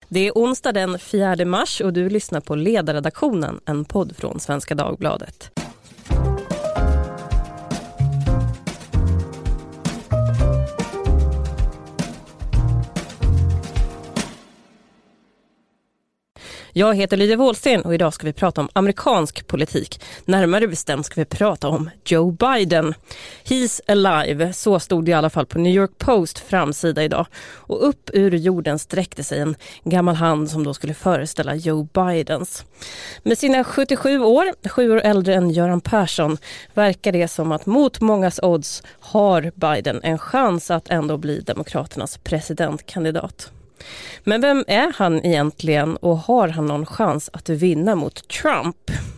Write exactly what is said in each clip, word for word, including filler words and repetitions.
Det är onsdag den fjärde mars och du lyssnar på Ledarredaktionen, en podd från Svenska Dagbladet. Jag heter Lydia Wåhlsten och idag ska vi prata om amerikansk politik. Närmare bestämt ska vi prata om Joe Biden. He's alive, så stod det i alla fall på New York Post framsida idag. Och upp ur jorden sträckte sig en gammal hand som då skulle föreställa Joe Bidens. Med sina sjuttiosju år, sju år äldre än Göran Persson, verkar det som att mot mångas odds har Biden en chans att ändå bli demokraternas presidentkandidat. Men vem är han egentligen och har han någon chans att vinna mot Trump?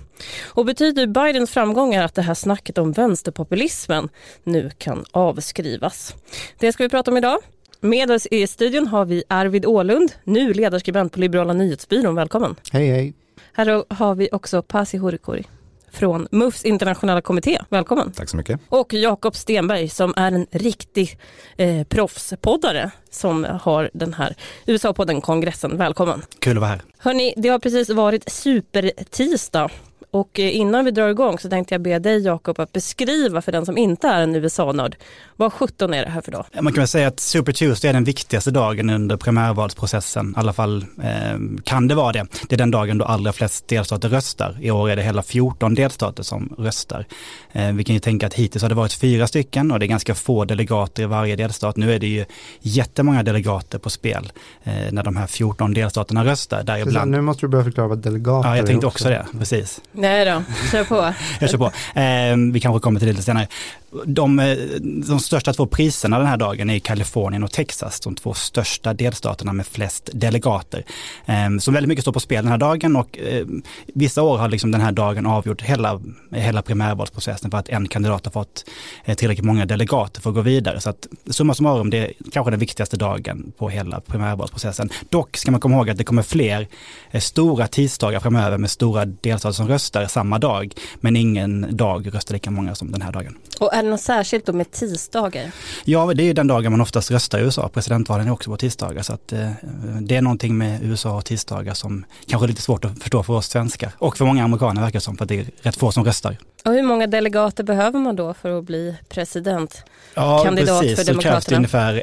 Och betyder Bidens framgångar att det här snacket om vänsterpopulismen nu kan avskrivas? Det ska vi prata om idag. Med oss i studion har vi Arvid Åhlund, nu ledarskribent på Liberala nyhetsbyrån. Välkommen. Hej hej. Här har vi också Pasi Horikuri från M U Fs internationella kommitté. Välkommen. Tack så mycket. Och Jakob Stenberg som är en riktig eh, proffspoddare som har den här U S A-podden Kongressen. Välkommen. Kul att vara här. Hörrni, det har precis varit supertisdag. Och innan vi drar igång så tänkte jag be dig, Jakob, att beskriva för den som inte är en U S A-nörd. Vad sjutton är det här för dag? Man kan väl säga att Super Tuesday är den viktigaste dagen under primärvalsprocessen. I alla fall eh, kan det vara det. Det är den dagen då allra flest delstater röstar. I år är det hela fjorton delstater som röstar. Eh, vi kan ju tänka att hittills har det varit fyra stycken och det är ganska få delegater i varje delstat. Nu är det ju jättemånga delegater på spel eh, när de här fjorton delstaterna röstar. Där ibland... Nu måste du börja förklara vad delegater är. Ja, jag tänkte också, också det. Precis. Nej då, kör på. Jag kör på. Eh, vi kanske kommer till det lite senare. De, de största två priserna den här dagen är i Kalifornien och Texas, de två största delstaterna med flest delegater. Eh, så väldigt mycket står på spel den här dagen och eh, vissa år har liksom den här dagen avgjort hela, hela primärvalsprocessen för att en kandidat har fått eh, tillräckligt många delegater för att gå vidare. Så att summa summarum, det är kanske den viktigaste dagen på hela primärvalsprocessen. Dock ska man komma ihåg att det kommer fler eh, stora tisdagar framöver med stora delstater som röstar samma dag, men ingen dag röstar lika många som den här dagen. Och är det något särskilt då med tisdagar? Ja, det är ju den dagen man oftast röstar i U S A. Presidentvalen är också på tisdagar, så att eh, det är någonting med U S A och tisdagar som kanske är lite svårt att förstå för oss svenskar. Och för många amerikaner verkar det som, för att det är rätt få som röstar. Och hur många delegater behöver man då för att bli president? Ja, Kandidat precis. för Så krävs det ungefär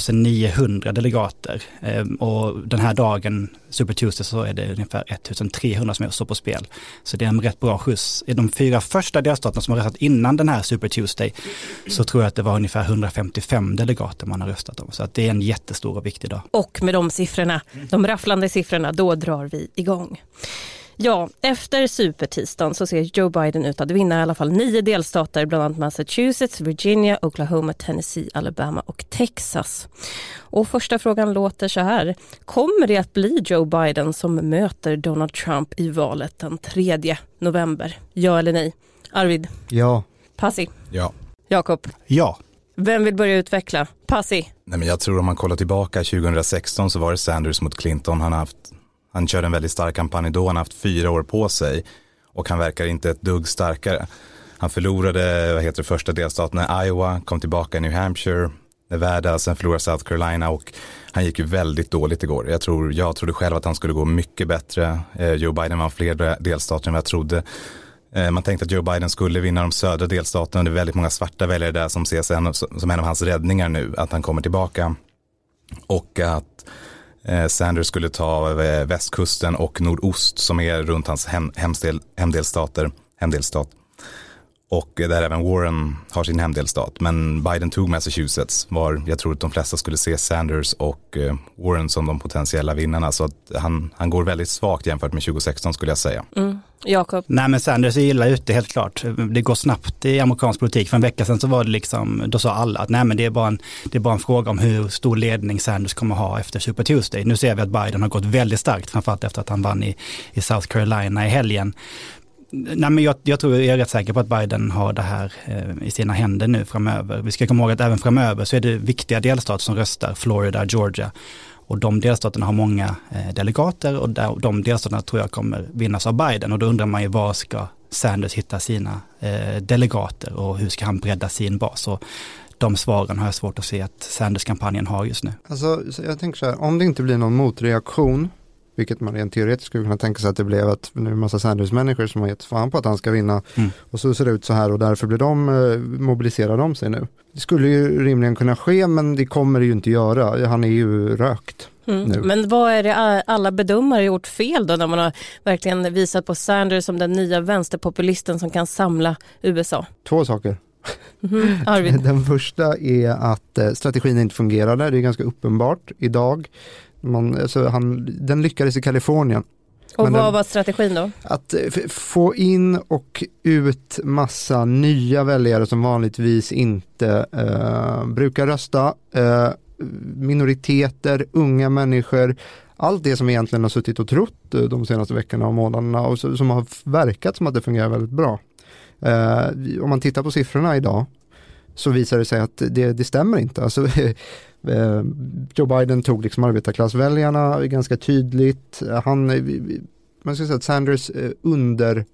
ettusen delegater. Ehm, och den här dagen, Super Tuesday, så är det ungefär ettusentrehundra som är så på spel. Så det är en rätt bra skjuts. I de fyra första delstaterna som har röstat innan den här Super Tuesday så tror jag att det var ungefär hundrafemtiofem delegater man har röstat om. Så att det är en jättestor och viktig dag. Och med de siffrorna, de rafflande siffrorna, då drar vi igång. Ja, efter supertisdagen så ser Joe Biden ut att vinna i alla fall nio delstater, bland annat Massachusetts, Virginia, Oklahoma, Tennessee, Alabama och Texas. Och första frågan låter så här. Kommer det att bli Joe Biden som möter Donald Trump i valet den tredje november? Ja eller nej? Arvid? Ja. Pasi? Ja. Jakob? Ja. Vem vill börja utveckla? Pasi? Nej, men jag tror om man kollar tillbaka tjugohundrasexton så var det Sanders mot Clinton. Han har haft Han körde en väldigt stark kampanj då, han har haft fyra år på sig och han verkar inte ett dugg starkare. Han förlorade, vad heter det, första delstaten i Iowa, kom tillbaka i New Hampshire, Nevada, sen förlorade South Carolina och han gick ju väldigt dåligt igår. Jag, tror, jag trodde själv att han skulle gå mycket bättre. Eh, Joe Biden var fler delstater än vad jag trodde. Eh, man tänkte att Joe Biden skulle vinna de södra delstaterna. Det är väldigt många svarta väljare där som ses en, som en av hans räddningar nu, att han kommer tillbaka och att Sanders skulle ta västkusten och nordost som är runt hans hem, hemstel, hemdelstater, hemdelstat. Och där även Warren har sin hemdelstat. Men Biden tog Massachusetts. Var, jag tror att de flesta skulle se Sanders och Warren som de potentiella vinnarna. Så att han, han går väldigt svagt jämfört med tjugohundrasexton skulle jag säga. Mm. Jakob? Nej, men Sanders är illa ute, helt klart. Det går snabbt i amerikansk politik. För en vecka sedan så var det liksom, då sa alla att nej, men det är bara en, det är bara en fråga om hur stor ledning Sanders kommer ha efter Super Tuesday. Nu ser vi att Biden har gått väldigt starkt, framförallt efter att han vann i, i South Carolina i helgen. Nej, men jag, jag tror jag är rätt säker på att Biden har det här eh, i sina händer nu framöver. Vi ska komma ihåg att även framöver så är det viktiga delstater som röstar, Florida, Georgia. Och de delstaterna har många eh, delegater och där, de delstaterna tror jag kommer vinnas av Biden. Och då undrar man ju var ska Sanders hitta sina eh, delegater och hur ska han bredda sin bas. Och de svaren har jag svårt att se att Sanders-kampanjen har just nu. Alltså, jag tänker så här, om det inte blir någon motreaktion, vilket man rent teoretiskt skulle kunna tänka sig att det blev, att nu är en massa Sanders-människor som har gett fan på att han ska vinna mm. och så ser det ut så här och därför blir de, eh, mobiliserar de sig nu. Det skulle ju rimligen kunna ske, men det kommer det ju inte göra. Han är ju rökt. Mm. Nu. Men vad är det alla bedömare gjort fel då när man har verkligen visat på Sanders som den nya vänsterpopulisten som kan samla U S A? Två saker. Mm, Arvid. Den första är att eh, strategin inte fungerade. Det är ganska uppenbart idag. Man, alltså, han, den lyckades i Kalifornien. Och Men vad den, var strategin då? Att f- få in och ut massa nya väljare som vanligtvis inte eh, brukar rösta. Eh, minoriteter, unga människor. Allt det som egentligen har suttit och trott de senaste veckorna och månaderna och som har verkat som att det fungerar väldigt bra. Eh, om man tittar på siffrorna idag så visar det sig att det, det stämmer inte. Alltså, eh, Joe Biden tog liksom arbetarklassväljarna ganska tydligt. Han, man ska säga att Sanders eh, under,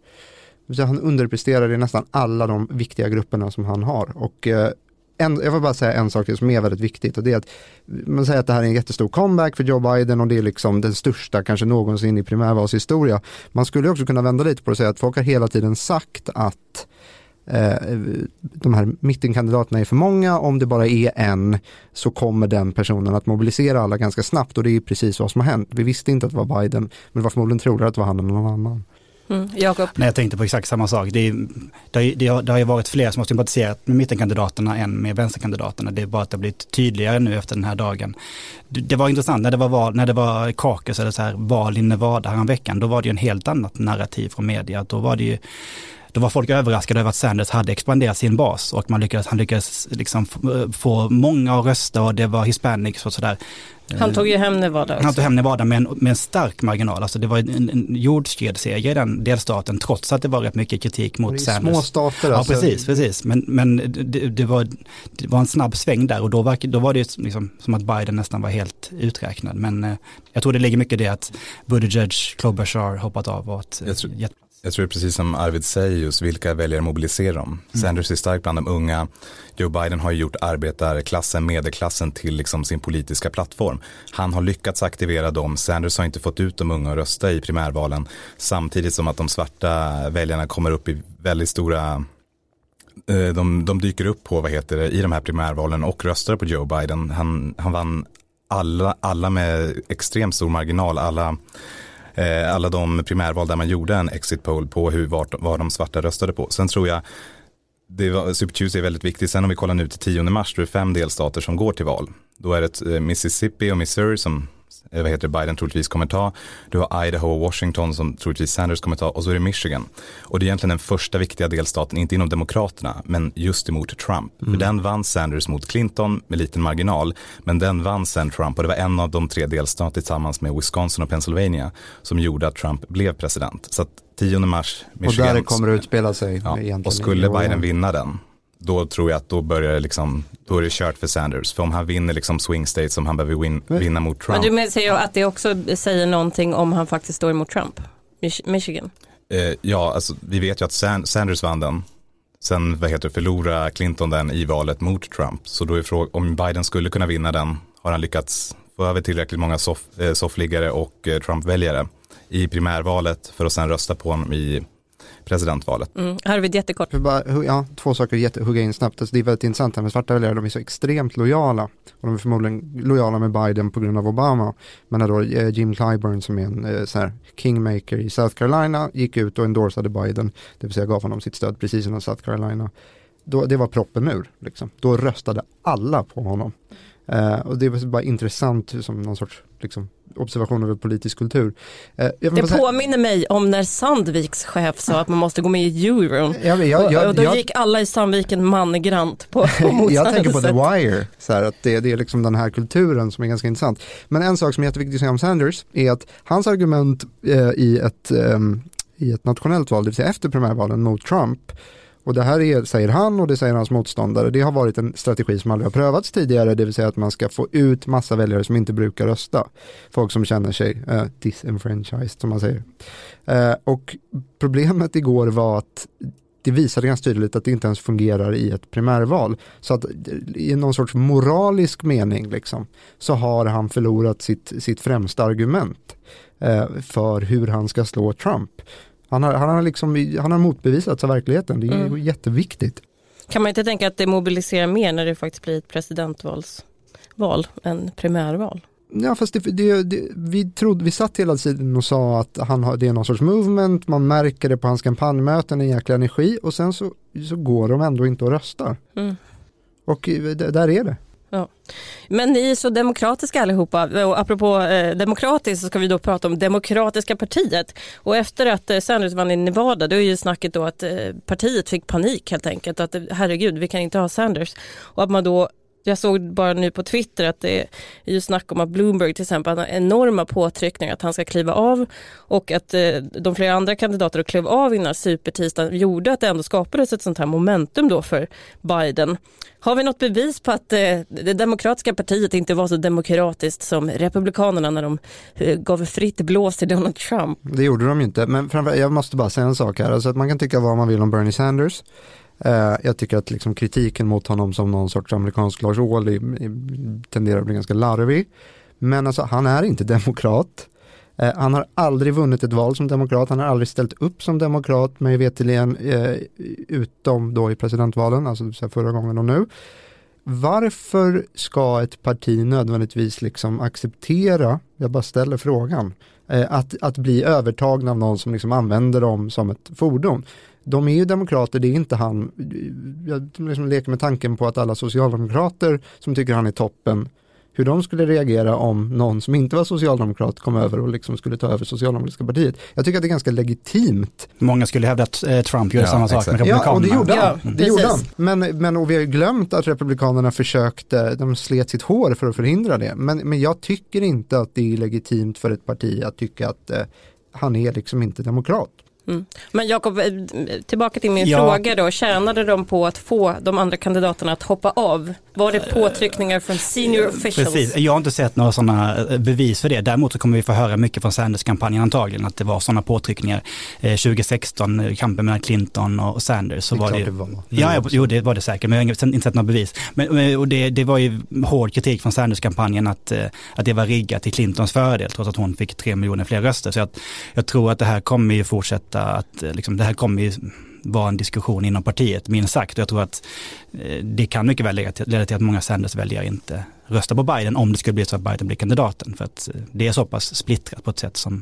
han underpresterar i nästan alla de viktiga grupperna som han har. Och eh, en, jag vill bara säga en sak till som är väldigt viktigt och det är att man säger att det här är en jättestor comeback för Joe Biden och det är liksom den största kanske någonsin i primärvalshistoria. Man skulle också kunna vända lite på det och säga att folk har hela tiden sagt att eh, de här mittenkandidaterna är för många. Om det bara är en så kommer den personen att mobilisera alla ganska snabbt och det är precis vad som har hänt. Vi visste inte att det var Biden men det var förmodligen troligare att det var han eller någon annan. Mm, Jakob. Nej, jag tänkte på exakt samma sak. Det, är, det, har, det, har, det har ju varit fler som har sympatiserat med mittenkandidaterna än med vänsterkandidaterna. Det är bara att det har blivit tydligare nu efter den här dagen. Det, det var intressant när det var, val, när det var caucus eller så här, val i Nevada här en veckan. Då var det ju en helt annat narrativ från media. Då var det ju Då var folk överraskade över att Sanders hade expanderat sin bas och man lyckades, han lyckades liksom få många att rösta och det var hispanics och sådär. Han tog ju hem Nevada också. Han tog hem Nevada med en, med en stark marginal. Alltså det var en, en jordskedseger i den delstaten trots att det var rätt mycket kritik mot Sanders. Små stater alltså. Ja, precis, precis. Men, men det, det, var, det var en snabb sväng där och då var, då var det liksom som att Biden nästan var helt uträknad. Men eh, jag tror det ligger mycket i det att Buttigieg, Klobuchar hoppat av och att, jag tror, jag tror precis som Arvid säger just vilka väljare mobiliserar dem. Mm. Sanders är stark bland de unga. Joe Biden har gjort arbetarklassen, medelklassen till liksom sin politiska plattform. Han har lyckats aktivera dem. Sanders har inte fått ut de unga att rösta i primärvalen. Samtidigt som att de svarta väljarna kommer upp i väldigt stora... De, de dyker upp på vad heter det, i de här primärvalen och röstar på Joe Biden. Han, han vann alla, alla med extremt stor marginal. Alla... alla de primärval där man gjorde en exit poll på hur, var, var de svarta röstade på. Sen tror jag, det var, Super Tuesday är väldigt viktigt. Sen om vi kollar nu till tionde mars, då är det fem delstater som går till val. Då är det eh, Mississippi och Missouri som eh, vad heter det, Biden troligtvis kommer ta. Du har Idaho och Washington som troligtvis Sanders kommer ta. Och så är det Michigan. Och det är egentligen den första viktiga delstaten, inte inom demokraterna, men just emot Trump. Mm. För den vann Sanders mot Clinton med liten marginal. Men den vann sen Trump och det var en av de tre delstater tillsammans med Wisconsin och Pennsylvania som gjorde att Trump blev president. Så att tionde mars, Michigan. Och där kommer det utspela sig. Ja, och skulle Biden vinna den, då tror jag att då börjar det liksom, då är det kört för Sanders. För om han vinner liksom swing states som han behöver win, vinna mot Trump. Men du säger att det också säger någonting om han faktiskt står emot Trump, Michigan? Eh, ja, alltså vi vet ju att Sanders vann den. Sen vad heter det, förlora Clinton den i valet mot Trump. Så då är frågan, om Biden skulle kunna vinna den, har han lyckats få över tillräckligt många soff, eh, soffliggare och eh, Trump-väljare i primärvalet för att sen rösta på honom i presidentvalet. Mm. Här har vi det jättekort. Bara, ja, två saker jätte, hugga in snabbt. Alltså, det är väldigt intressant här med svarta väljare. De är så extremt lojala. Och de är förmodligen lojala med Biden på grund av Obama. Men när då eh, Jim Clyburn som är en eh, så här, kingmaker i South Carolina gick ut och endorsade Biden. Det vill säga gav honom sitt stöd precis innan South Carolina. Då, det var proppen ur. Liksom. Då röstade alla på honom. Uh, och det var bara intressant som någon sorts liksom, observation över politisk kultur. Uh, det påminner säga... mig om när Sandviks chef sa att man måste gå med i euron. Jag, jag, jag, och då jag, gick alla i Sandviken mannegrant på, på jag tänker på The Wire. Så här, att det, det är liksom den här kulturen som är ganska intressant. Men en sak som är jätteviktigt att säga om Sanders är att hans argument uh, i, ett, um, i ett nationellt val, det vill säga efter primärvalen mot Trump. Och det här är, säger han och det säger hans motståndare, det har varit en strategi som aldrig har prövats tidigare, det vill säga att man ska få ut massa väljare som inte brukar rösta. Folk som känner sig uh, disenfranchised som man säger. Uh, och problemet igår var att det visade ganska tydligt att det inte ens fungerar i ett primärval. Så att i någon sorts moralisk mening liksom, så har han förlorat sitt, sitt främsta argument eh, för hur han ska slå Trump. Han har, han har, liksom, han har motbevisats av verkligheten. Det är mm. jätteviktigt. Kan man inte tänka att det mobiliserar mer när det faktiskt blir ett presidentvalsval än primärval? Ja, fast det, det, det, vi, trodde, vi satt hela tiden och sa att han har, det är någon sorts movement, man märker det på hans kampanjmöten, en jäkla energi, och sen så, så går de ändå inte och röstar. Mm. Och d- där är det. Ja. Men ni är så demokratiska allihopa, och apropå eh, demokratiskt så ska vi då prata om Demokratiska partiet. Och efter att eh, Sanders vann i Nevada, då är ju snacket då att eh, partiet fick panik helt enkelt, att herregud, vi kan inte ha Sanders. Och att man då, jag såg bara nu på Twitter att det är ju snack om att Bloomberg till exempel har enorma påtryckningar att han ska kliva av, och att eh, de flera andra kandidater klev av innan supertisdagen gjorde att det ändå skapades ett sånt här momentum då för Biden. Har vi något bevis på att eh, det demokratiska partiet inte var så demokratiskt som republikanerna när de eh, gav fritt blås till Donald Trump? Det gjorde de ju inte, men framför, jag måste bara säga en sak här. Alltså att man kan tycka vad man vill om Bernie Sanders. Uh, jag tycker att liksom kritiken mot honom som någon sorts amerikansk Lars Ohly tenderar att bli ganska larvig. Men alltså, han är inte demokrat. Uh, han har aldrig vunnit ett val som demokrat. Han har aldrig ställt upp som demokrat, mig veterligen, uh, utom då i presidentvalen, alltså förra gången och nu. Varför ska ett parti nödvändigtvis liksom acceptera, jag bara ställer frågan, uh, att, att bli övertagna av någon som liksom använder dem som ett fordon? De är ju demokrater, det är inte han. Jag liksom leker med tanken på att alla socialdemokrater som tycker han är toppen, hur de skulle reagera om någon som inte var socialdemokrat kom över och liksom skulle ta över socialdemokratiska partiet. Jag tycker att det är ganska legitimt. Många skulle hävda att eh, Trump gjorde ja, samma exakt. sak med republikanerna. Ja, och det gjorde han. Ja, det gjorde han. Men, men och vi har ju glömt att republikanerna försökte, de slet sitt hår för att förhindra det. Men, men jag tycker inte att det är legitimt för ett parti att tycka att eh, han är liksom inte demokrat. Mm. Men Jakob, tillbaka till min ja. fråga då. Tjänade de på att få de andra kandidaterna att hoppa av? Var det påtryckningar från senior officials? Precis, jag har inte sett några sådana bevis för det. Däremot så kommer vi få höra mycket från Sanders-kampanjen antagligen, att det var sådana påtryckningar. Eh, tjugo sexton, kampen mellan Clinton och Sanders, så det var det, det var. Ja, ja, jo, det var det säkert, men jag har inte sett några bevis. Men, och det, det var ju hård kritik från Sanders-kampanjen att, att det var riggat till Clintons fördel, trots att hon fick tre miljoner fler röster. Så jag, jag tror att det här kommer ju fortsätta att liksom, det här kommer ju vara en diskussion inom partiet, minst sagt. Och jag tror att eh, det kan mycket väl leda till, leda till att många Sanders-väljare inte röstar på Biden om det skulle bli så att Biden blir kandidaten. För att eh, det är så pass splittrat på ett sätt som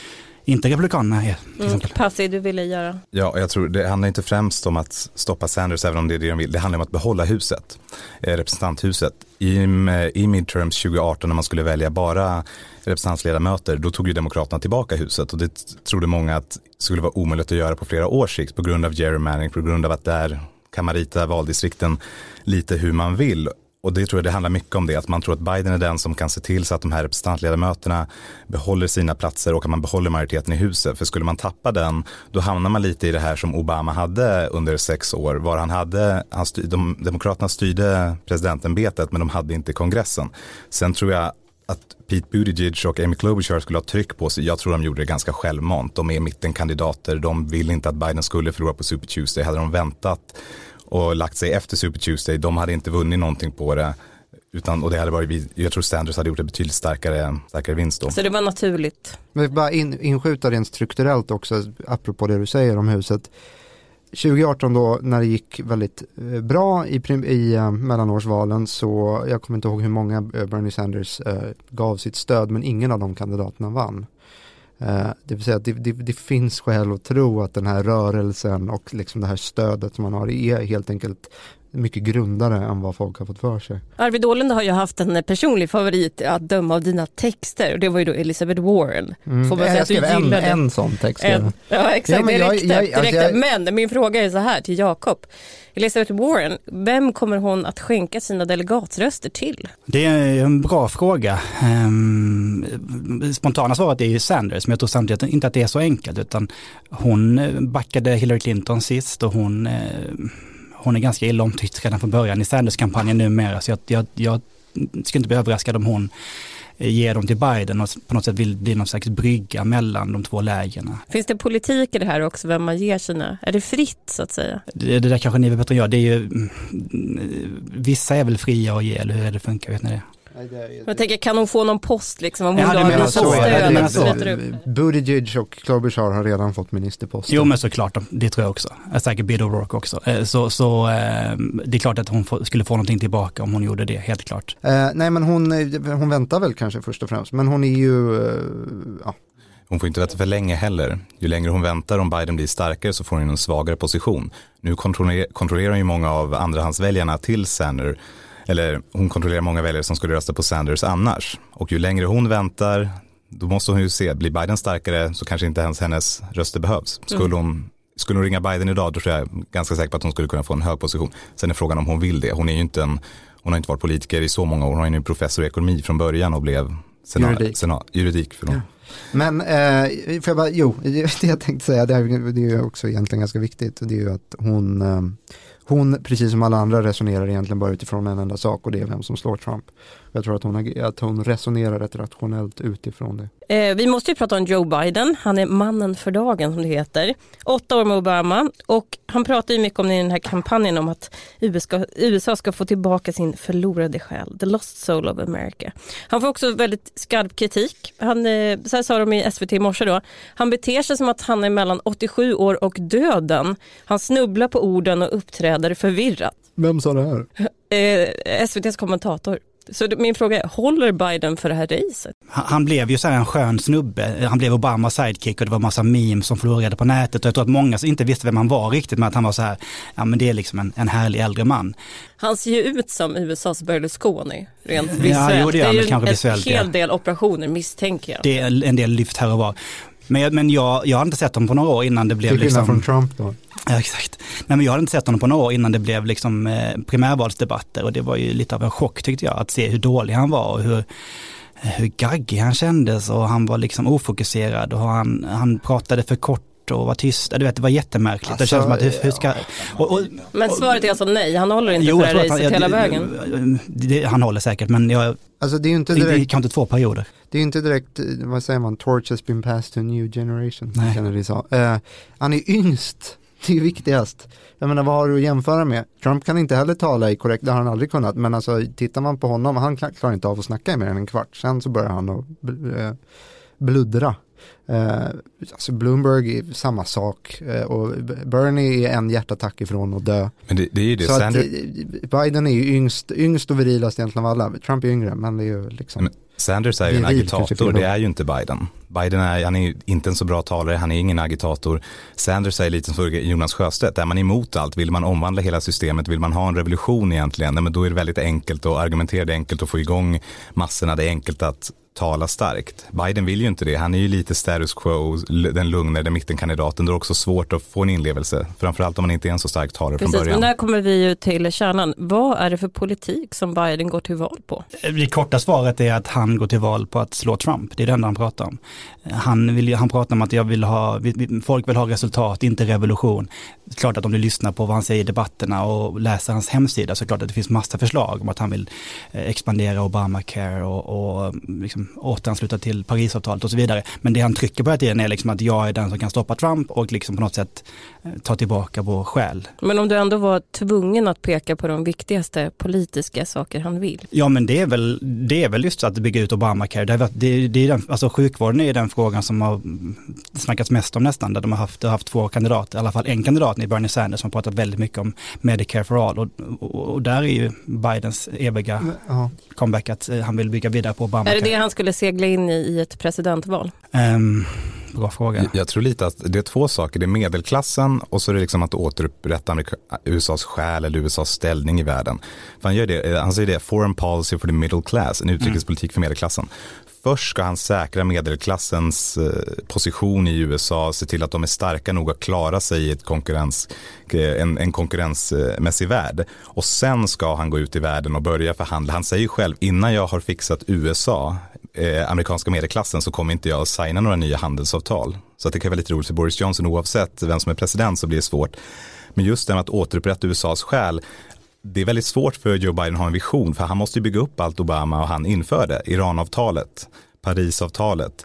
inte republikanerna är. Mm, Passi, du ville göra. Ja, jag tror det handlar inte främst om att stoppa Sanders, även om det är det de vill. Det handlar om att behålla huset, eh, representanthuset. I, I midterms tjugo arton, när man skulle välja bara representantsledamöter, då tog ju demokraterna tillbaka huset, och det trodde många att skulle vara omöjligt att göra på flera års sikt på grund av gerrymandering, på grund av att där kan man rita valdistrikten lite hur man vill. Och det tror jag det handlar mycket om det, att man tror att Biden är den som kan se till så att de här representantledamöterna behåller sina platser och att man behåller majoriteten i huset. För skulle man tappa den, då hamnar man lite i det här som Obama hade under sex år, var han hade, han styr, de, demokraterna styrde presidentämbetet, men de hade inte kongressen. Sen tror jag att Pete Buttigieg och Amy Klobuchar skulle ha tryck på sig. Jag tror de gjorde det ganska självmant. De är mittenkandidater, de vill inte att Biden skulle förlora på Super Tuesday. Hade de väntat och lagt sig efter Super Tuesday, de hade inte vunnit någonting på det. Utan, och det hade varit, jag tror Sanders hade gjort en betydligt starkare, starkare vinst då. Så det var naturligt. Men bara in, inskjuta rent strukturellt också, apropå det du säger om huset. tjugo arton då, när det gick väldigt bra i, prim, i uh, mellanårsvalen, så jag kommer inte ihåg hur många uh, Bernie Sanders uh, gav sitt stöd, men ingen av de kandidaterna vann. Uh, det vill säga att det, det, det finns skäl att tro att den här rörelsen och liksom det här stödet som man har är helt enkelt mycket grundare än vad folk har fått för sig. Arvid Åhlund har ju haft en personlig favorit att döma av dina texter, och det var ju då Elizabeth Warren. Mm. Får man säga att du en, en sån text. En, ja, exakt. Ja, men, jag, jag, jag, alltså jag, men min fråga är så här till Jakob. Elizabeth Warren, vem kommer hon att skänka sina delegatsröster till? Det är en bra fråga. Um, spontana svaret är ju Sanders, men jag tror samtidigt inte att det är så enkelt, utan hon backade Hillary Clinton sist, och hon... Uh, Hon är ganska illa omtyckt redan från början i Sanders-kampanjen numera, så jag, jag, jag skulle inte bli överraskad om hon ger dem till Biden och på något sätt vill bli någon slags brygga mellan de två lägena. Finns det politik i det här också, vem man ger sina? Är det fritt så att säga? Det, det där kanske ni vet bättre än jag. Det är ju, vissa är väl fria att ge, eller hur är det funkar, vet ni det? Jag tänker, kan hon få någon post liksom om hon ja, då har visat så, stöd det och sluter upp? Buttigieg och Klobuchar har redan fått ministerposten. Jo, men såklart, det tror jag också. Jag säkert Beto O'Rourke också. Så, så det är klart att hon få, skulle få någonting tillbaka om hon gjorde det, helt klart. Eh, nej, men hon, hon väntar väl kanske först och främst, men hon är ju, eh, ja. Hon får inte vänta för länge heller. Ju längre hon väntar, om Biden blir starkare, så får hon en svagare position. Nu kontrollerar, kontrollerar ju många av andrahandsväljarna till Sanders. Eller hon kontrollerar många väljare som skulle rösta på Sanders annars. Och ju längre hon väntar, då måste hon ju se, blir Biden starkare så kanske inte ens hennes röster behövs. Skulle hon, skulle hon ringa Biden idag, då tror jag ganska säker på att hon skulle kunna få en hög position. Sen är frågan om hon vill det. Hon är ju inte en, hon har inte varit politiker i så många år. Hon har ju nu professor i ekonomi från början och blev senat, juridik. Senat, juridik för ja. Men eh, för jag bara, jo, det jag tänkte säga, det är, det är ju också egentligen ganska viktigt. Det är ju att hon... Eh, Hon, precis som alla andra, resonerar egentligen bara utifrån en enda sak, och det är vem som slår Trump. Jag tror att hon, att hon resonerar rätt rationellt utifrån det. Eh, vi måste ju prata om Joe Biden. Han är mannen för dagen, som det heter. Åtta år med Obama, och han pratar ju mycket om i den här kampanjen om att U S A, U S A ska få tillbaka sin förlorade själ, the lost soul of America. Han får också väldigt skarp kritik. Han, eh, så här sa de i S V T i morse då. Han beter sig som att han är mellan åttiosju år och döden. Han snubblar på orden och uppträder förvirrat. Vem sa det här? Eh, S V T:s kommentator. Så min fråga är, håller Biden för det här racet? Han, han blev ju så här en skön snubbe. Han blev Obamas sidekick och det var massa memes som florerade på nätet. Och jag tror att många inte visste vem han var riktigt, men att han var så här, ja men det är liksom en, en härlig äldre man. Han ser ju ut som U S A:s Berlusconi, rent visuellt. Ja, jo, det, det är ju kanske en visuellt, hel ja. del operationer, misstänker jag. Det är en del lyft här och var. Men, men jag, jag har inte sett honom på några år innan det blev till liksom... från Trump då. Ja, exakt. Nej, men jag hade inte sett honom på några år innan det blev liksom eh, primärvalsdebatter, och det var ju lite av en chock, tyckte jag, att se hur dålig han var och hur, hur gaggig han kändes, och han var liksom ofokuserad, och han, han pratade för kort och var tyst. Du vet, det var jättemärkligt. Alltså, det känns som att hur, hur ska... Och, och, men svaret är alltså nej, han håller inte jo, för det här racet han, hela det, vägen. Det, det, han håller säkert, men jag... Alltså det är ju inte direkt... Det kan inte två perioder. Det är inte direkt, vad säger man, torch has been passed to a new generation. Nej. Kennedy sa. Uh, han är yngst. Det är viktigast. Jag menar, vad har du att jämföra med? Trump kan inte heller tala i korrekt, det har han aldrig kunnat. Men alltså, tittar man på honom, han klarar inte av att snacka i mer än en kvart. Sen så börjar han att bluddra. Uh, alltså Bloomberg är samma sak. Uh, och Bernie är en hjärtattack ifrån att dö. Men det, det är ju det. Så Sanders... att, Biden är ju yngst, yngst och virilast egentligen av alla. Trump är yngre, men det är ju liksom... Men Sanders är ju en agitator, det är ju inte Biden. Biden är, han är inte en så bra talare, han är ingen agitator. Sanders är lite som Jonas Sjöstedt, är man emot allt, vill man omvandla hela systemet, vill man ha en revolution egentligen, men då är det väldigt enkelt att argumentera, det är enkelt att få igång massorna, det är enkelt att tala starkt. Biden vill ju inte det, han är ju lite status quo, den lugnare, den mittenkandidaten, det är också svårt att få en inlevelse, framförallt om man inte är en så stark talare från början. Precis, men där kommer vi ju till kärnan. Vad är det för politik som Biden går till val på? Det korta svaret är att han går till val på att slå Trump, det är det enda han pratar om. Han, vill, han pratar om att jag vill ha, folk vill ha resultat, inte revolution. Det är klart att om du lyssnar på vad han säger i debatterna och läser hans hemsida, så är det klart att det finns massa förslag om att han vill expandera Obamacare och, och liksom återansluta till Parisavtalet och så vidare. Men det han trycker på tiden är liksom att jag är den som kan stoppa Trump och liksom på något sätt ta tillbaka vår själ. Men om du ändå var tvungen att peka på de viktigaste politiska saker han vill? Ja, men det är väl, det är väl just att bygga ut Obamacare. Det är, det, det är den, alltså sjukvården är den frågan som har snackats mest om nästan, där de har haft, har haft två kandidater, i alla fall en kandidat i Bernie Sanders som har pratat väldigt mycket om Medicare for all, och, och, och där är ju Bidens eviga ja. comeback att han vill bygga vidare på Obamacare. Är det det han skulle segla in i, i ett presidentval? Um, bra fråga. Jag, jag tror lite att det är två saker, det är medelklassen och så är det liksom att återupprätta Amerika, U S A:s själ eller U S A:s ställning i världen. För han, gör det, han säger det, foreign policy for the middle class, en utrikespolitik mm. för medelklassen. Först ska han säkra medelklassens eh, position i U S A, se till att de är starka nog att klara sig i ett konkurrens, en, en konkurrensmässig värld. Och sen ska han gå ut i världen och börja förhandla. Han säger själv, innan jag har fixat U S A, eh, amerikanska medelklassen, så kommer inte jag att signa några nya handelsavtal. Så att det kan vara lite roligt för Boris Johnson, oavsett vem som är president så blir det svårt. Men just det att återupprätta U S A:s själ, det är väldigt svårt för Joe Biden att ha en vision, för han måste ju bygga upp allt Obama och han införde. Iranavtalet, Parisavtalet.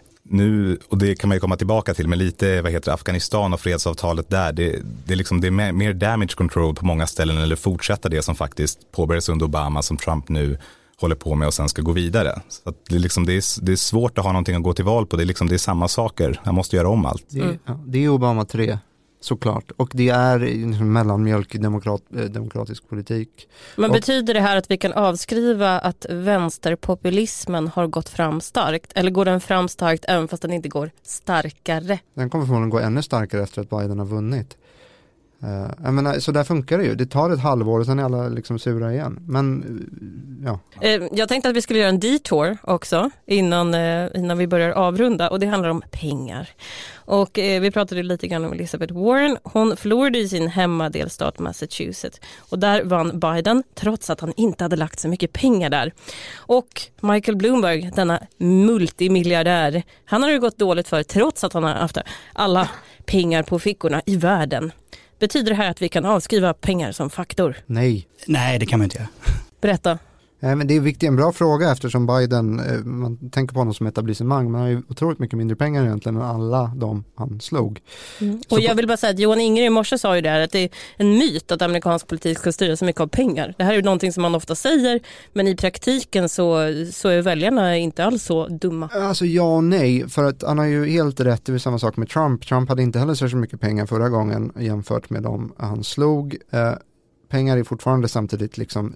Nu, och det kan man ju komma tillbaka till med lite, vad heter det, Afghanistan och fredsavtalet där. Det, det, är, liksom, det är mer, mer damage control på många ställen, eller fortsätta det som faktiskt påbörjades under Obama, som Trump nu håller på med och sen ska gå vidare. Så att det, är liksom, det, är, det är svårt att ha någonting att gå till val på. Det är, liksom, det är samma saker. Han måste göra om allt. Det är, ja, det är Obama tre. Såklart. Och det är liksom mellanmjölk i demokrat, eh, demokratisk politik. Men och, betyder det här att vi kan avskriva att vänsterpopulismen har gått fram starkt? Eller går den fram starkt även fast den inte går starkare? Den kommer förmodligen gå ännu starkare efter att Biden har vunnit. Uh, jag menar, så där funkar det ju. Det tar ett halvår och sen är alla liksom sura igen. Men uh, ja. Uh, jag tänkte att vi skulle göra en detour också innan, uh, innan vi börjar avrunda. Och det handlar om pengar. Och uh, vi pratade lite grann om Elizabeth Warren. Hon förlorade i sin hemmadelstat Massachusetts. Och där vann Biden trots att han inte hade lagt så mycket pengar där. Och Michael Bloomberg, denna multimiljardär, han har ju gått dåligt för trots att han har haft alla pengar på fickorna i världen. Betyder det här att vi kan avskriva pengar som faktor? Nej. Nej, det kan man inte göra. Berätta. Nej, men det är viktigt, en bra fråga eftersom Biden, man tänker på honom som etablissemang, men han har ju otroligt mycket mindre pengar egentligen än alla de han slog. Mm. Och jag vill bara säga att Johan Ingre i morse sa ju det här, att det är en myt att amerikansk politik ska styra så mycket av pengar. Det här är ju någonting som man ofta säger, men i praktiken så, så är väljarna inte alls så dumma. Alltså ja och nej, för att han har ju helt rätt, det är samma sak med Trump. Trump hade inte heller så mycket pengar förra gången jämfört med dem han slog. Eh, pengar är fortfarande samtidigt liksom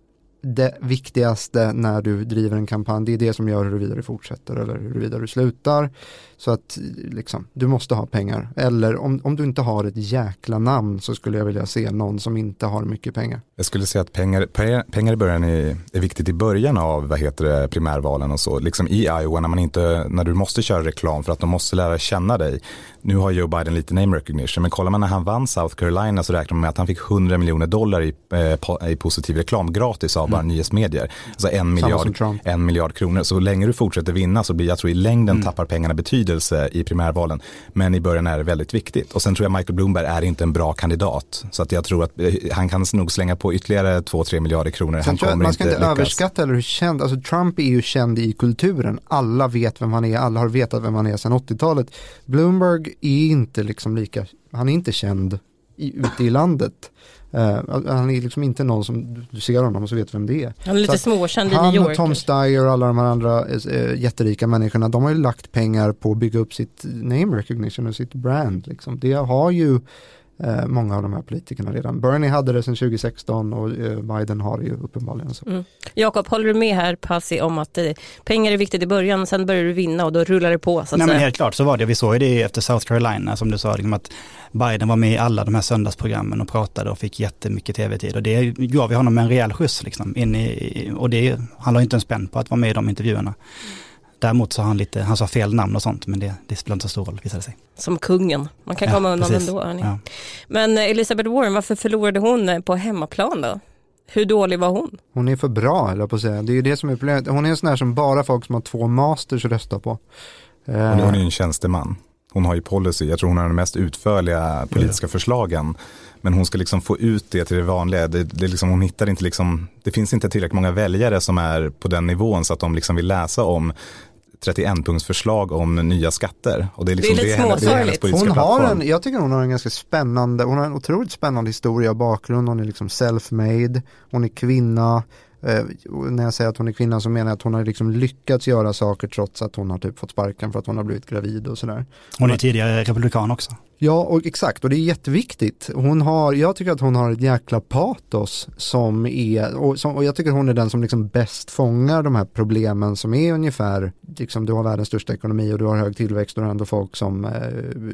det viktigaste när du driver en kampanj. Det är det som gör huruvida du fortsätter eller huruvida du slutar. Så att liksom, du måste ha pengar. Eller om, om du inte har ett jäkla namn så skulle jag vilja se någon som inte har mycket pengar. Jag skulle säga att pengar, pengar i början är, är viktigt i början av vad heter det, primärvalen och så. Liksom i Iowa när, man inte, när du måste köra reklam för att de måste lära känna dig. Nu har Joe Biden lite name recognition, men kollar man när han vann South Carolina så räknar man med att han fick hundra miljoner dollar i, eh, i positiv reklam gratis av bara mm. nyhetsmedier. Alltså en miljard, en miljard kronor. Så länge du fortsätter vinna så blir jag tror i längden mm. tappar pengarna betydelse i primärvalen. Men i början är det väldigt viktigt. Och sen tror jag Michael Bloomberg är inte en bra kandidat. Så att jag tror att han kan nog slänga på ytterligare två tre miljarder kronor. Han kommer man ska inte inte lyckas. överskatta eller hur känd. Alltså Trump är ju känd i kulturen. Alla vet vem han är. Alla har vetat vem han är sedan åttiotalet. Bloomberg är inte liksom lika, han är inte känd i, ute i landet. Uh, han är liksom inte någon som du ser honom och så vet vem det är. Han är lite småkänd i New York. Han och Tom Steyer och alla de här andra uh, jätterika människorna, de har ju lagt pengar på att bygga upp sitt name recognition och sitt brand. Liksom. Det har ju uh, många av de här politikerna redan. Bernie hade det sedan tjugo sexton och uh, Biden har det ju uppenbarligen så. Mm. Jakob, håller du med här, Passi, om att uh, pengar är viktigt i början, sen börjar du vinna och då rullar det på? Så att Nej, säga. Men helt klart så var det. Vi såg ju det efter South Carolina som du sa, liksom att Biden var med i alla de här söndagsprogrammen och pratade och fick jättemycket tv-tid. Och det gav vi honom en rejäl skjuts liksom, in i, och det, han la inte en spänn på att vara med i de intervjuerna. Mm. Däremot sa han lite, han sa fel namn och sånt, men det, det spelar inte så stor roll, visade sig. Som kungen. Man kan ja, komma undan precis. ändå. Ja. Men Elizabeth Warren, varför förlorade hon på hemmaplan då? Hur dålig var hon? Hon är för bra, eller på att säga. Det är ju det som är problemet. Hon är en sån här som bara folk som har två masters röstar på. Hon är ju en tjänsteman. Hon har ju policy. Jag tror hon har de mest utförliga politiska mm. förslagen. Men hon ska liksom få ut det till det vanliga. Det, det, liksom, hon hittar inte liksom, det finns inte tillräckligt många väljare som är på den nivån så att de liksom vill läsa om trettioen-punktsförslag om nya skatter. Och det är liksom det är lite det, det är hennes politiska hon har plattform. en, jag tycker hon har en ganska spännande, hon har en otroligt spännande historia och bakgrund. Hon är liksom self-made, hon är kvinna. Eh, när jag säger att hon är kvinna så menar jag att hon har liksom lyckats göra saker trots att hon har typ fått sparken för att hon har blivit gravid och sådär. Hon är tidigare republikan också. Ja, och exakt, och det är jätteviktigt. Hon har, jag tycker att hon har ett jäkla patos som är, och, som, och jag tycker hon är den som liksom bäst fångar de här problemen som är ungefär, liksom du har världens största ekonomi och du har hög tillväxt och ändå folk som eh,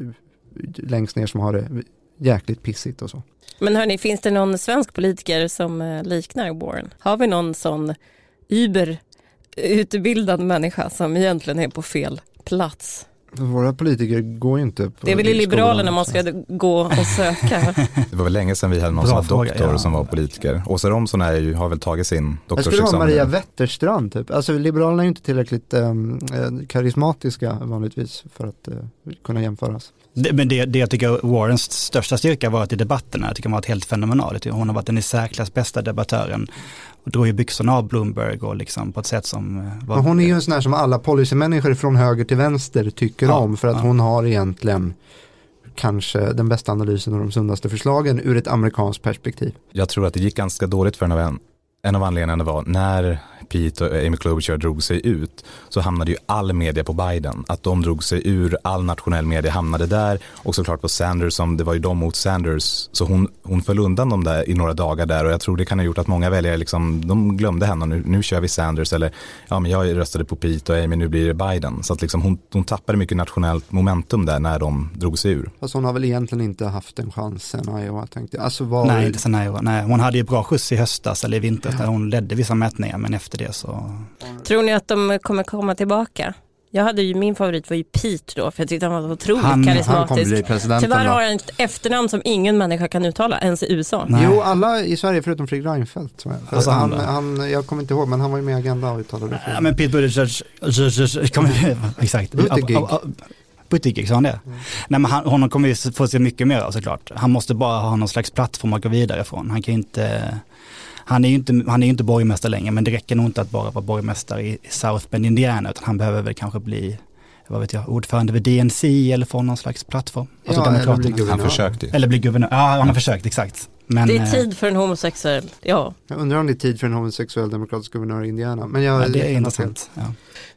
längst ner som har det jäkligt pissigt och så. Men hörni, finns det någon svensk politiker som eh, liknar Warren? Har vi någon sån Uber utbildad människa som egentligen är på fel plats? Våra politiker går ju inte på det är väl i Liberalerna man ska gå och söka. Det var väl länge sedan vi hade någon Bra som var fråga, doktor ja. som var politiker. Åsa Romson är ju, har väl tagit sin Jag doktorsexamen. skulle vara Maria Wetterstrand typ. Alltså Liberalerna är ju inte tillräckligt eh, karismatiska vanligtvis för att eh, kunna jämföras. Det, men det, det jag tycker Warrens största styrka var att i debatterna, jag tycker hon har varit helt fenomenal. Hon har varit den i särklass bästa debattören. Och drog ju byxorna av Bloomberg och liksom på ett sätt som var... Men hon är ju en sån här som alla policymänniskor från höger till vänster tycker ja, om. För att ja. hon har egentligen kanske den bästa analysen och de sundaste förslagen ur ett amerikanskt perspektiv. Jag tror att det gick ganska dåligt för en av en. En av anledningarna var när Pete och Amy Klobuchar drog sig ut så hamnade ju all media på Biden. Att de drog sig ur, all nationell media hamnade där och såklart på Sanders, som det var ju de mot Sanders. Så hon, hon föll undan dem där i några dagar där och jag tror det kan ha gjort att många väljare liksom, de glömde henne. Nu, nu kör vi Sanders eller ja men jag röstade på Pete och Amy, nu blir det Biden. Så att liksom hon, hon tappade mycket nationellt momentum där när de drog sig ur. Fast hon har väl egentligen inte haft en chans sen Iowa, tänkte jag. Alltså, var... Nej, inte sen Iowa. Nej, hon hade ju bra skjuts i höstas eller i vinter när hon ledde vissa mätningar, men efter det så... Tror ni att de kommer komma tillbaka? Jag hade ju, min favorit var ju Pete då, för jag tyckte han var så otroligt han, karismatisk. Han kommer bli presidenten. Tyvärr har han ett efternamn som ingen människa kan uttala, ens i U S A. Nej. Jo, alla i Sverige förutom Fredrik Reinfeldt. Alltså han, han, jag kommer inte ihåg, men han var ju med i Agenda och uttalade det. Ja, men Pete Buttigieg, kommer, exakt. Buttigieg. Buttigieg, sa han det? Mm. Nej, men han, honom kommer ju få se mycket mer av såklart. Han måste bara ha någon slags plattform att gå vidare från. Han kan inte... Han är ju inte, han är ju inte borgmästare längre, men det räcker nog inte att bara vara borgmästare i South Bend, Indiana, utan han behöver väl kanske bli, vad vet jag, ordförande vid D N C eller få någon slags plattform. Alltså ja, eller bli guvernör. Han försökte. Eller bli guvernör. Ja, han har försökt, exakt. Men, det är tid för en homosexuell, ja. Jag undrar om det är tid för en homosexuell demokratisk guvernör i Indiana. Men jag, ja, det är intressant. Ja.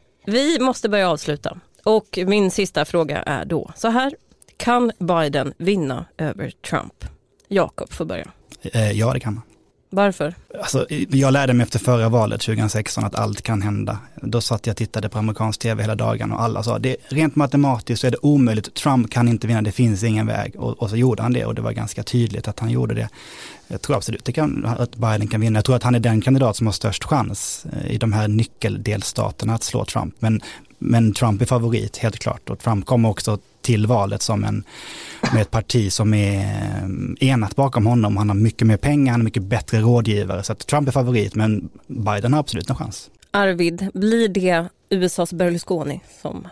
Vi måste börja avsluta. Och min sista fråga är då, så här, kan Biden vinna över Trump? Jakob får börja. Eh, ja, det kan man. Varför? Alltså, jag lärde mig efter förra valet tjugohundrasexton att allt kan hända. Då satt jag och tittade på amerikansk tv hela dagen och alla sa det rent matematiskt så är det omöjligt. Trump kan inte vinna, det finns ingen väg. Och, och så gjorde han det och det var ganska tydligt att han gjorde det. Jag tror absolut det kan, att Biden kan vinna. Jag tror att han är den kandidat som har störst chans i de här nyckeldelstaterna att slå Trump. Men, men Trump är favorit helt klart och Trump kommer också till valet som en, med ett parti som är enat bakom honom. Han har mycket mer pengar, han är mycket bättre rådgivare. Så att Trump är favorit, men Biden har absolut en chans. Arvid, blir det U S A:s Berlusconi som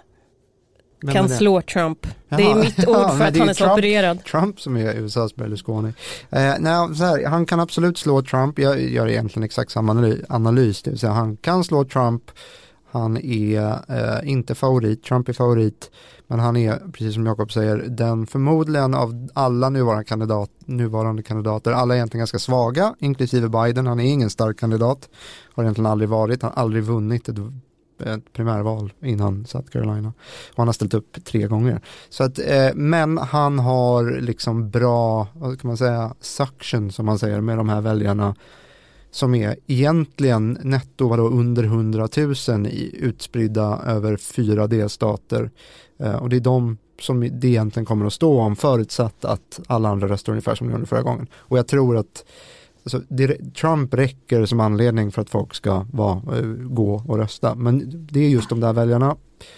Vem kan slå Trump? Jaha. Det är mitt ord för ja, att han är så Trump, opererad. Trump som är U S A:s Berlusconi. Eh, nej, så här, han kan absolut slå Trump. Jag gör egentligen exakt samma analys. Det vill säga, han kan slå Trump. Han är eh, inte favorit. Trump är favorit. Men han är, precis som Jakob säger, den förmodligen av alla nuvarande, kandidat, nuvarande kandidater, alla är egentligen ganska svaga, inklusive Biden. Han är ingen stark kandidat. Har egentligen aldrig varit. Han har aldrig vunnit ett, ett primärval innan South Carolina. Och han har ställt upp tre gånger. Så att, eh, men han har liksom bra, vad kan man säga, suction som man säger med de här väljarna. Som är egentligen netto vadå, under hundratusen i, utspridda över fyra delstater. Eh, och det är de som det egentligen kommer att stå om, förutsatt att alla andra röstar ungefär som de gjorde förra gången. Och jag tror att alltså, det, Trump räcker som anledning för att folk ska va, gå och rösta. Men det är just de där väljarna.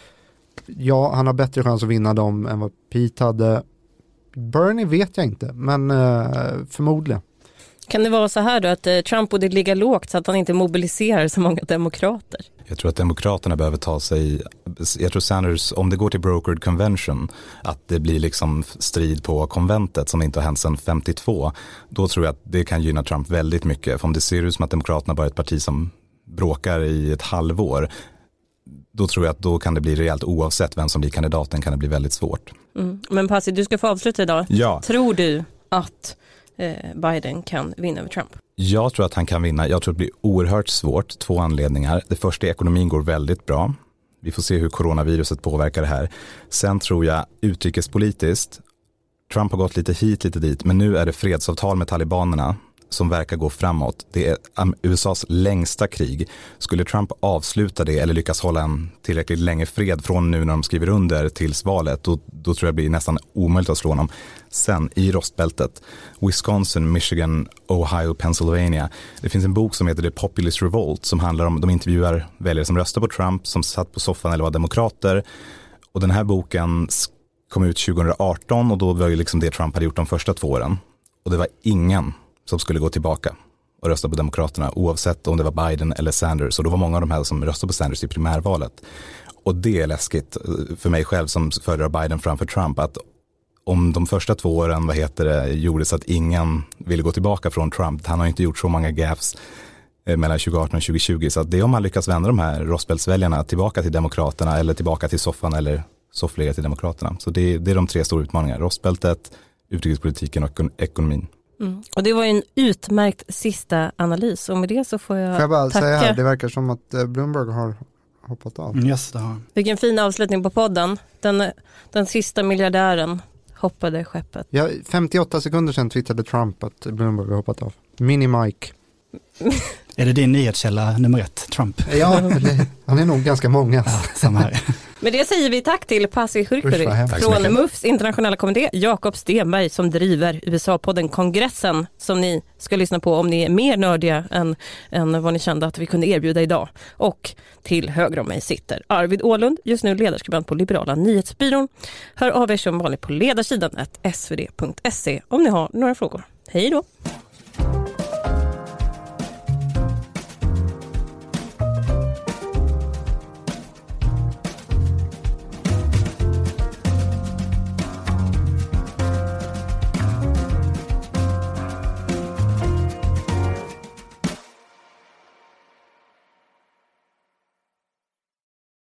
Ja, han har bättre chans att vinna dem än vad Pete hade. Bernie vet jag inte, men eh, förmodligen. Kan det vara så här då att eh, Trump borde ligga lågt så att han inte mobiliserar så många demokrater? Jag tror att demokraterna behöver ta sig, jag tror Sanders, om det går till brokered convention, att det blir liksom strid på konventet som inte har hänt sedan femtiotvå, då tror jag att det kan gynna Trump väldigt mycket. För om det ser ut som att demokraterna bara är ett parti som bråkar i ett halvår, då tror jag att då kan det bli rejält oavsett vem som blir kandidaten, kan det bli väldigt svårt. Mm. Men Pasi, du ska få avsluta idag. Ja. Tror du att Biden kan vinna över Trump? Jag tror att han kan vinna. Jag tror att det blir oerhört svårt. Två anledningar. Det första är ekonomin går väldigt bra. Vi får se hur coronaviruset påverkar det här. Sen tror jag utrikespolitiskt, Trump har gått lite hit, lite dit, men nu är det fredsavtal med talibanerna som verkar gå framåt. Det är U S A:s längsta krig. Skulle Trump avsluta det eller lyckas hålla en tillräckligt länge fred från nu när de skriver under tills valet, då, då tror jag det blir nästan omöjligt att slå honom. Sen i rostbältet, Wisconsin, Michigan, Ohio, Pennsylvania. Det finns en bok som heter The Populist Revolt som handlar om, de intervjuar väljare som röstar på Trump, som satt på soffan eller var demokrater. Och den här boken kom ut tjugo arton och då var ju liksom det Trump hade gjort de första två åren. Och det var ingen som skulle gå tillbaka och rösta på Demokraterna oavsett om det var Biden eller Sanders. Och då var många av de här som röstade på Sanders i primärvalet. Och det är läskigt för mig själv som föredrar Biden framför Trump att om de första två åren, vad heter det, gjorde så att ingen ville gå tillbaka från Trump. Han har inte gjort så många gaffes mellan tjugo arton och tjugo tjugo. Så att det är om man lyckas vända de här Rostbeltsväljarna tillbaka till Demokraterna eller tillbaka till soffan eller soffläge till Demokraterna. Så det, det är de tre stora utmaningarna. Rostbältet, utrikespolitiken och ekonomin. Mm. Och det var ju en utmärkt sista analys och med det så får jag, får jag bara tacka. säga här, det verkar som att Bloomberg har hoppat av. Yes, det har. Vilken fin avslutning på podden. Den, den sista miljardären hoppade skeppet. Ja, femtioåtta sekunder sedan twittrade Trump att Bloomberg har hoppat av. Mini Mike. Är det din nyhetskälla nummer ett, Trump? Ja, det, han är nog ganska många. Ja, samma här. Med det säger vi tack till Pasi Hyrkuri från M U Fs internationella kommitté, Jakob Stenberg som driver U S A-podden Kongressen som ni ska lyssna på om ni är mer nördiga än, än vad ni kände att vi kunde erbjuda idag. Och till höger om mig sitter Arvid Åhlund, just nu ledarskribent på Liberala nyhetsbyrån. Hör av er som vanligt på ledarsidan at s v d punkt se om ni har några frågor. Hej då!